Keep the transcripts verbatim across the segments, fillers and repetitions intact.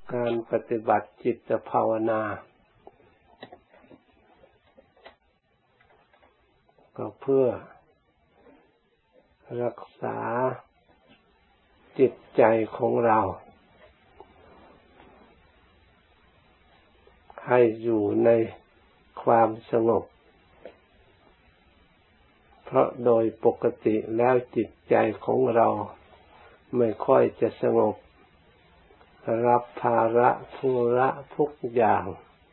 การปฏิบัติจิตภาวนาก็เพื่อรักษาจิตใจของเราให้อยู่ในความสงบเพราะโดยปกติแล้วจิตใจของเราไม่ค่อยจะสงบรับภาระธุระทุกอย่าง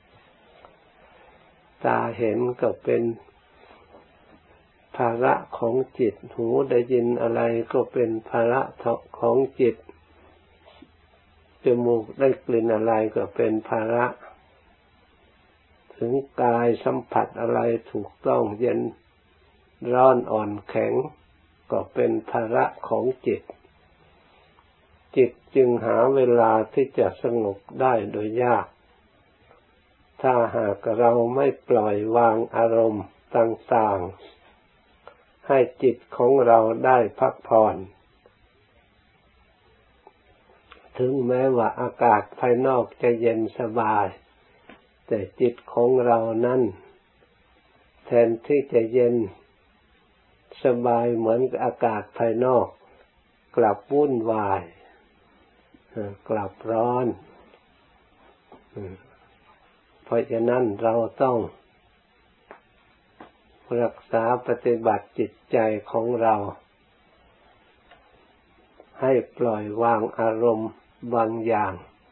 ตาเห็นก็เป็นภาระของจิตหูได้ยินอะไรก็เป็นภาระของจิตจมูกได้กลิ่นอะไรก็เป็นภาระถึงกายสัมผัสอะไรถูกต้องเย็นร้อนอ่อนแข็งก็เป็นภาระของจิตจิตจึงหาเวลาที่จะสงบได้โดยยากถ้าหากเราไม่ปล่อยวางอารมณ์ต่างๆให้จิตของเราได้พักผ่อนถึงแม้ว่าอากาศภายนอกจะเย็นสบายแต่จิตของเรานั้นแทนที่จะเย็นสบายเหมือนกับอากาศภายนอกกลับวุ่นวายกลับร้อนเพราะฉะนั้นเราต้องรักษาปฏิบัติจิตใจของเราให้ปล่อยวางอารมณ์บางอย่าง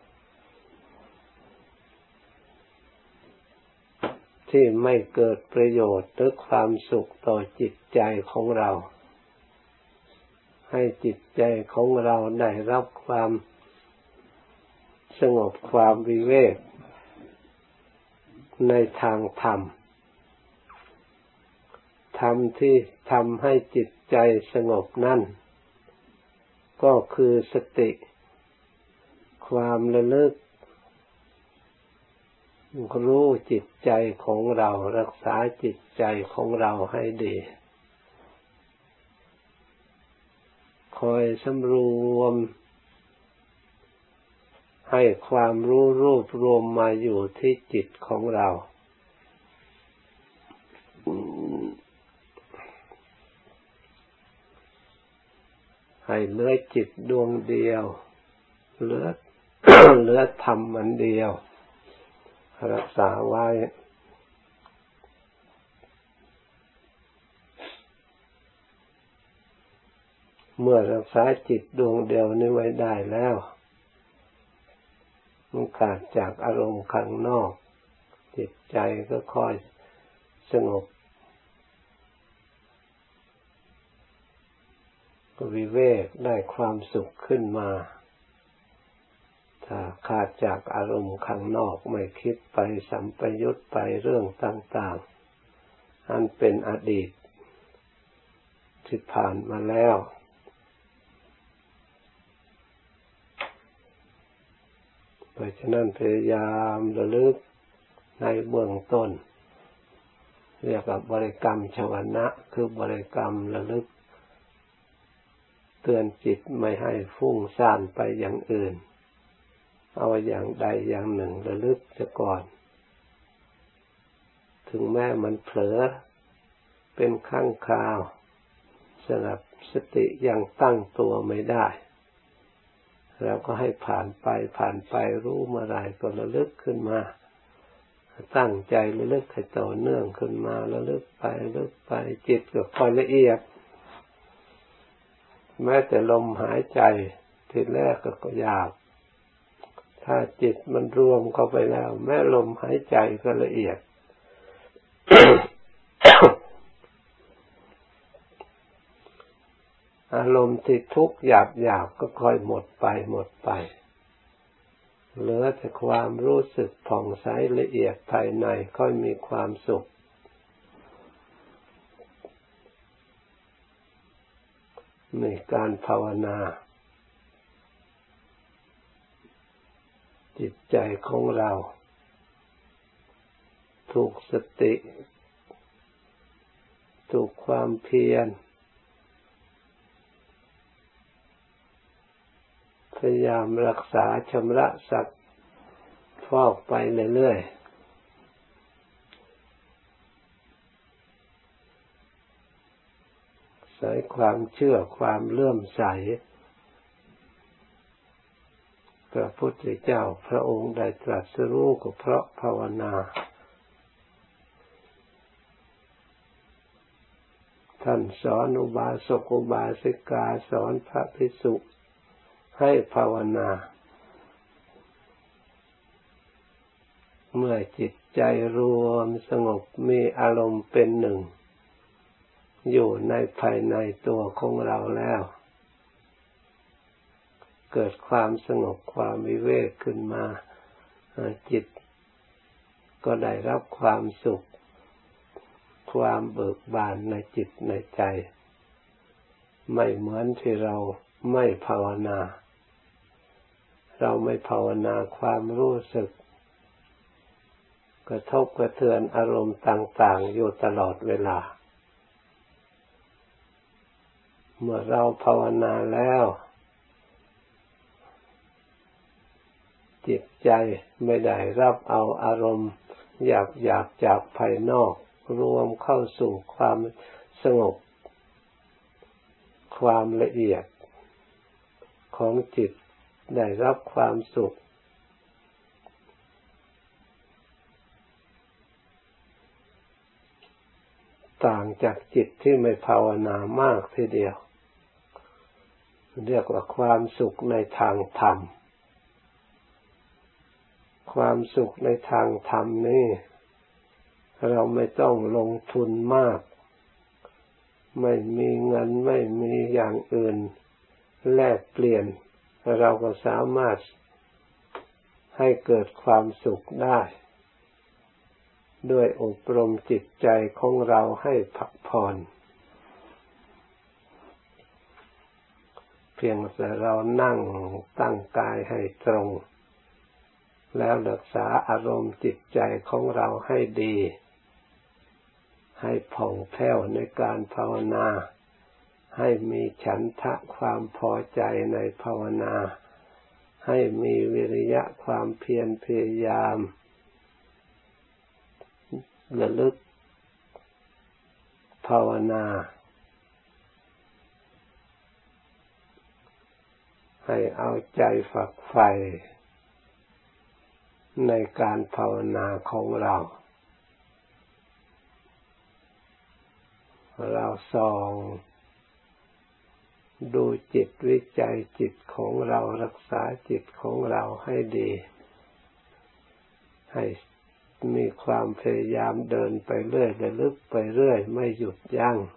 ที่ไม่เกิดประโยชน์หรือความสุขต่อจิตใจของเราให้จิตใจของเราได้รับความสงบความวิเวกในทางธรรมธรรมที่ทำให้จิตใจสงบนั่นก็คือสติความระลึกรู้จิตใจของเรารักษาจิตใจของเราให้ดีคอยสำรวมให้ความรู้รวบรวมมาอยู่ที่จิตของเราให้เหลือจิตดวงเดียวเหลือ เหลือธรรมอันเดียวรักษาไว้เมื่อรักษาจิตดวงเดียวนี้ไว้ได้แล้วมันขาดจากอารมณ์ข้างนอกจิตใจก็ค่อยสงบวิเวกได้ความสุขขึ้นมาถ้าขาดจากอารมณ์ข้างนอกไม่คิดไปสัมปยุตไปเรื่องต่างๆอันเป็นอดีตที่ผ่านมาแล้วเพราะฉะนั้นพยายามระลึกในเบื้องต้นเรียกว่าบริกรรมชวนะคือบริกรรมระลึกเตือนจิตไม่ให้ฟุ้งซ่านไปอย่างอื่นเอาอย่างใดอย่างหนึ่งระลึกซะก่อนถึงแม้มันเผลอเป็นครั้งคราวสำหรับสติยังตั้งตัวไม่ได้เราก็ให้ผ่านไปผ่านไปรู้เมื่อไรก็ระลึกขึ้นมาตั้งใจระลึกให้ต่อเนื่องขึ้นมาระลึกไประลึกไปจิตก็ค่อยละเอียดแม้แต่ลมหายใจทีแรกก็ยากถ้าจิตมันรวมเข้าไปแล้วแม้ลมหายใจก็ละเอียด อารมณ์ที่ทุกข์หยาบๆก็ค่อยหมดไปหมดไปเหลือแต่ความรู้สึกผ่องใสละเอียดภายในค่อยมีความสุขในการภาวนาจิตใจของเราถูกสติถูกความเพียรพยายามรักษาชำระสักฟอกไปเรื่อยๆใส่ความเชื่อความเลื่อมใสพระพุทธเจ้าพระองค์ได้ตรัสรู้ก็เพราะภาวนาท่านสอนอุบาสกอุบาสิกาสอนพระภิกษุให้ภาวนาเมื่อจิตใจรวมสงบมีอารมณ์เป็นหนึ่งอยู่ในภายในตัวของเราแล้วเกิดความสงบความวิเวกขึ้นมาจิตก็ได้รับความสุขความเบิกบานในจิตในใจไม่เหมือนที่เราไม่ภาวนาเราไม่ภาวนาความรู้สึกกระทบกระเทือนอารมณ์ต่างๆอยู่ตลอดเวลาเมื่อเราภาวนาแล้วจิตใจไม่ได้รับเอาอารมณ์อยากอยากจากภายนอกรวมเข้าสู่ความสงบความละเอียดของจิตได้รับความสุขต่างจากจิตที่ไม่ภาวนามากทีเดียวเรียกว่าความสุขในทางธรรมความสุขในทางธรรมนี่เราไม่ต้องลงทุนมากไม่มีเงินไม่มีอย่างอื่นแลกเปลี่ยนเราก็สามารถให้เกิดความสุขได้ด้วยอบรมจิตใจของเราให้พักผ่อนเพียงแต่เรานั่งตั้งกายให้ตรงแล้วรักษาอารมณ์จิตใจของเราให้ดีให้ผ่องแผ้วในการภาวนาให้มีฉันทะความพอใจในภาวนาให้มีวิริยะความเพียรพยายามระลึกภาวนาให้เอาใจฝักใฝ่ในการภาวนาของเราเราส่องดูจิตวิจัยจิตของเรารักษาจิตของเราให้ดีให้มีความพยายามเดินไปเรื่อยระลึกไปเรื่อยไม่หยุดยั้ง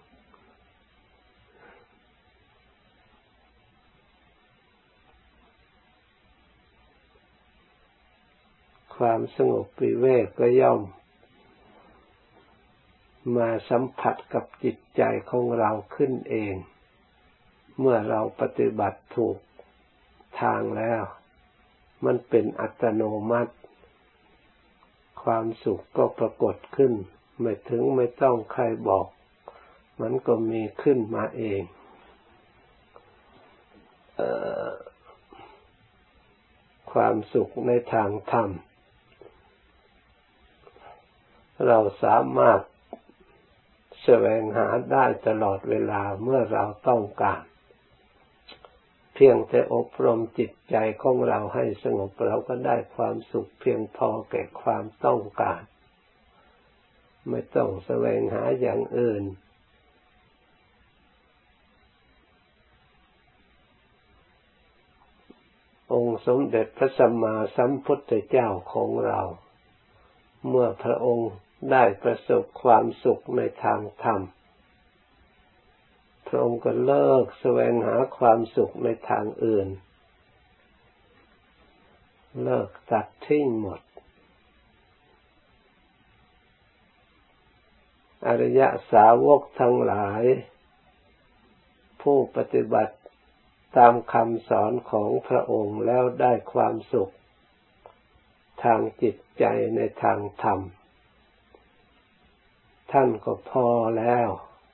ความสงบวิเวกก็ย่อมมาสัมผัสกับจิตใจของเราขึ้นเองเมื่อเราปฏิบัติถูกทางแล้วมันเป็นอัตโนมัติความสุขก็ปรากฏขึ้นไม่ถึงไม่ต้องใครบอกมันก็มีขึ้นมาเองเอ่อความสุขในทางธรรมเราสามารถแสวงหาได้ตลอดเวลาเมื่อเราต้องการเพียงแต่อบรมจิตใจของเราให้สงบเราก็ได้ความสุขเพียงพอแก่ความต้องการไม่ต้องแสวงหาอย่างอื่นองค์สมเด็จพระสัมมาสัมพุทธเจ้าของเราเมื่อพระองค์ได้ประสบความสุขในทางธรรมพระองค์ก็เลิกแสวงหาความสุขในทางอื่นเลิกตัดทิ้งหมดอริยสาวกทั้งหลายผู้ปฏิบัติตามคำสอนของพระองค์แล้วได้ความสุขทางจิตใจในทางธรรมท่านก็พอแล้ว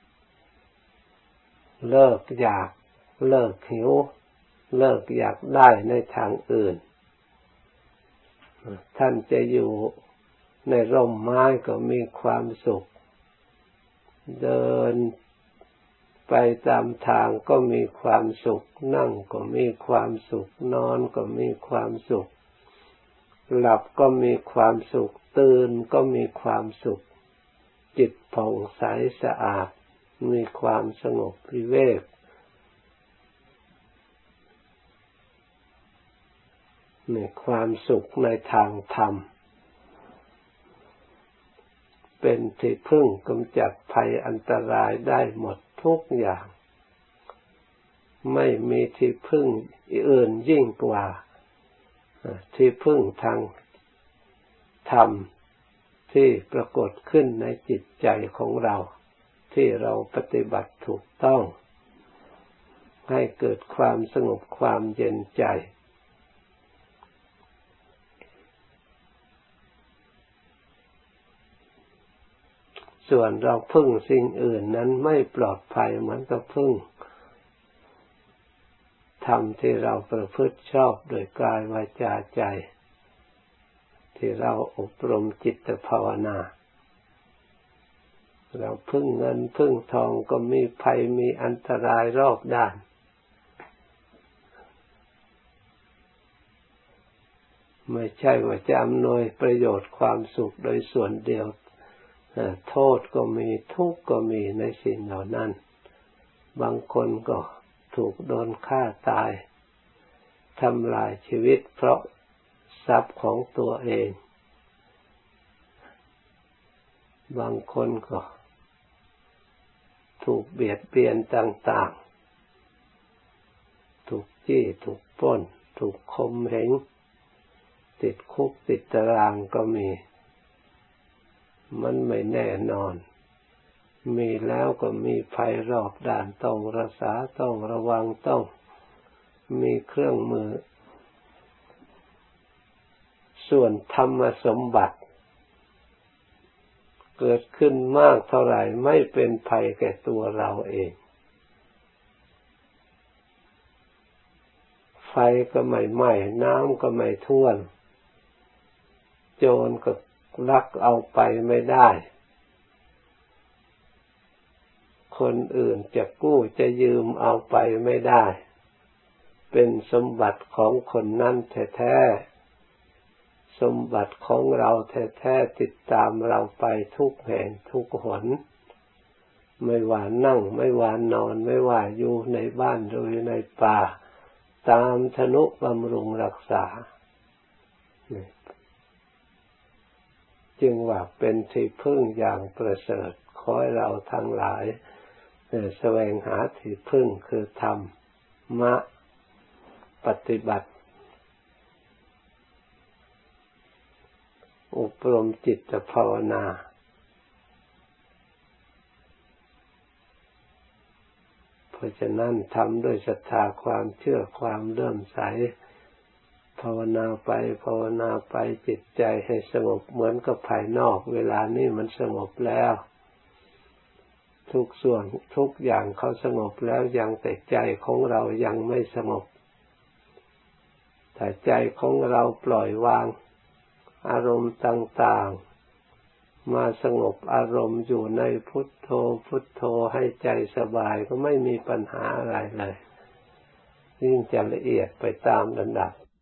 เลิกอยากเลิกหิวเลิกอยากได้ในทางอื่นท่านจะอยู่ในร่มไม้ก็มีความสุขเดินไปตามทางก็มีความสุขนั่งก็มีความสุขนอนก็มีความสุขหลับก็มีความสุขตื่นก็มีความสุขจิตผ่องใสสะอาดมีความสงบวิเวกมีความสุขในทางธรรมเป็นที่พึ่งกำจัดภัยอันตรายได้หมดทุกอย่างไม่มีที่พึ่งอื่นยิ่งกว่าที่พึ่งทางธรรมที่ปรากฏขึ้นในจิตใจของเราที่เราปฏิบัติถูกต้องให้เกิดความสงบความเย็นใจส่วนเราพึ่งสิ่งอื่นนั้นไม่ปลอดภัยเหมือนกับพึ่งธรรมที่เราประพฤติชอบโดยกายวาจาใจที่เราอบรมจิตภาวนาเราพึ่งเงินพึ่งทองก็มีภัยมีอันตรายรอบด้านไม่ใช่ว่าจะอำนวยประโยชน์ความสุขโดยส่วนเดียวโทษก็มีทุกข์ก็มีในสิ่งเหล่านั้นบางคนก็ถูกโดนฆ่าตายทำลายชีวิตเพราะทรัพย์ของตัวเองบางคนก็ถูกเบียดเบียนต่างๆถูกจี้ถูกปล้นถูกข่มเหงติดคุกติดตารางก็มีมันไม่แน่นอนมีแล้วก็มีภัยรอบด้านต้องรักษาต้องระวังต้องมีเครื่องมือส่วนธรรมสมบัติเกิดขึ้นมากเท่าไหร่ไม่เป็นภัยแก่ตัวเราเองไฟก็ไม่ไหม้น้ำก็ไม่ท่วมโจรก็ลักเอาไปไม่ได้คนอื่นจะกู้จะยืมเอาไปไม่ได้เป็นสมบัติของคนนั้นแท้ๆสมบัติของเราแท้ๆติดตามเราไปทุกแห่งทุกหนไม่ว่านั่งไม่ว่านอนไม่ว่าอยู่ในบ้านหรือในป่าตามทนุบำรุงรักษาจึงว่าเป็นที่พึ่งอย่างประเสริฐขอให้เราทั้งหลายแสวงหาที่พึ่งคือธรรมะปฏิบัติอบรมจิตภาวนาเพราะฉะนั้นทำด้วยศรัทธาความเชื่อความเลื่อมใสภาวนาไปภาวนาไปจิตใจให้สงบเหมือนกับภายนอกเวลานี้มันสงบแล้วทุกส่วนทุกอย่างเขาสงบแล้วยังแต่ใจของเรายังไม่สงบแต่ใจของเราปล่อยวางอารมณ์ต่างๆมาสงบอารมณ์อยู่ในพุทโธพุทโธให้ใจสบายก็ไม่มีปัญหาอะไรเลยยิ่งจะละเอียดไปตามระดับ